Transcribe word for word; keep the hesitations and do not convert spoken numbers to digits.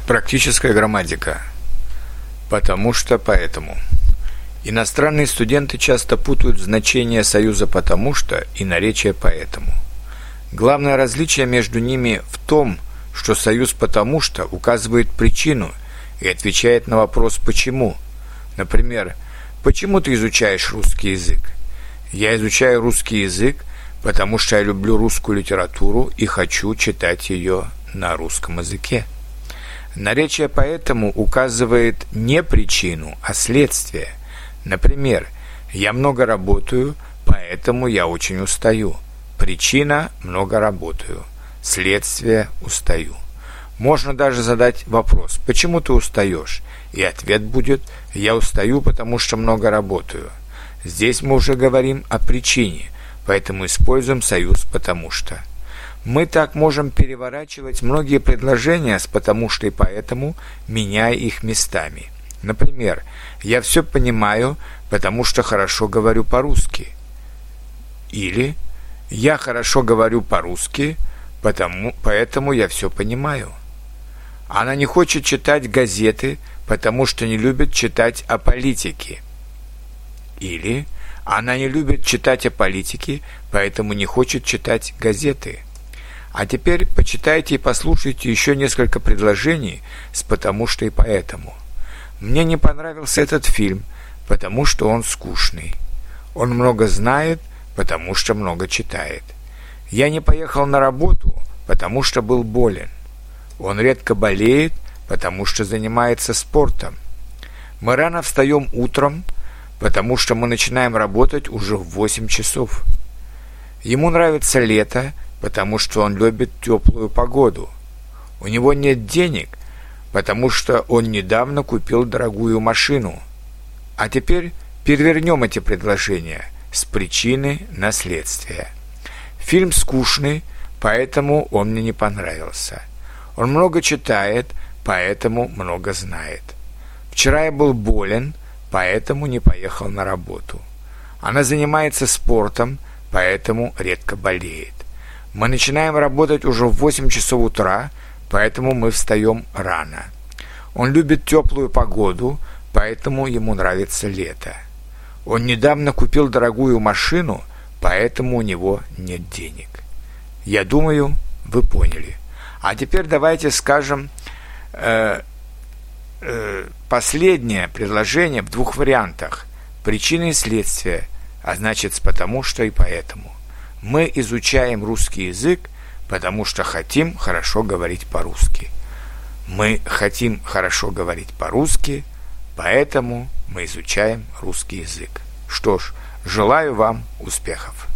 Практическая грамматика. Потому что поэтому. Иностранные студенты часто путают значение союза «потому что» и наречия «поэтому». Главное различие между ними в том, что союз «потому что» указывает причину и отвечает на вопрос «почему?». Например, «Почему ты изучаешь русский язык?» «Я изучаю русский язык, потому что я люблю русскую литературу и хочу читать ее на русском языке». Наречие «поэтому» указывает не причину, а следствие. Например, «Я много работаю, поэтому я очень устаю». Причина – много работаю. Следствие – устаю. Можно даже задать вопрос «Почему ты устаешь?» И ответ будет «Я устаю, потому что много работаю». Здесь мы уже говорим о причине, поэтому используем союз «потому что». Мы так можем переворачивать многие предложения с «потому что» и «поэтому», меняя их местами. Например, «Я все понимаю, потому что хорошо говорю по-русски». Или «Я хорошо говорю по-русски, потому, поэтому я все понимаю». Она не хочет читать газеты, потому что не любит читать о политике. Или она не любит читать о политике, поэтому не хочет читать газеты. А теперь почитайте и послушайте еще несколько предложений с «потому что» и «поэтому». Мне не понравился этот фильм, потому что он скучный. Он много знает, потому что много читает. Я не поехал на работу, потому что был болен. Он редко болеет, потому что занимается спортом. Мы рано встаем утром, потому что мы начинаем работать уже в восемь часов. Ему нравится лето, потому что он любит теплую погоду. У него нет денег, потому что он недавно купил дорогую машину. А теперь перевернем эти предложения с причины на следствие. Фильм скучный, поэтому он мне не понравился. Он много читает, поэтому много знает. Вчера я был болен, поэтому не поехал на работу. Она занимается спортом, поэтому редко болеет. Мы начинаем работать уже в восемь часов утра, поэтому мы встаем рано. Он любит теплую погоду, поэтому ему нравится лето. Он недавно купил дорогую машину, поэтому у него нет денег. Я думаю, вы поняли. А теперь давайте скажем э, э, последнее предложение в двух вариантах. Причина и следствие, а значит с «потому что» и «поэтому». Мы изучаем русский язык, потому что хотим хорошо говорить по-русски. Мы хотим хорошо говорить по-русски, поэтому мы изучаем русский язык. Что ж, желаю вам успехов!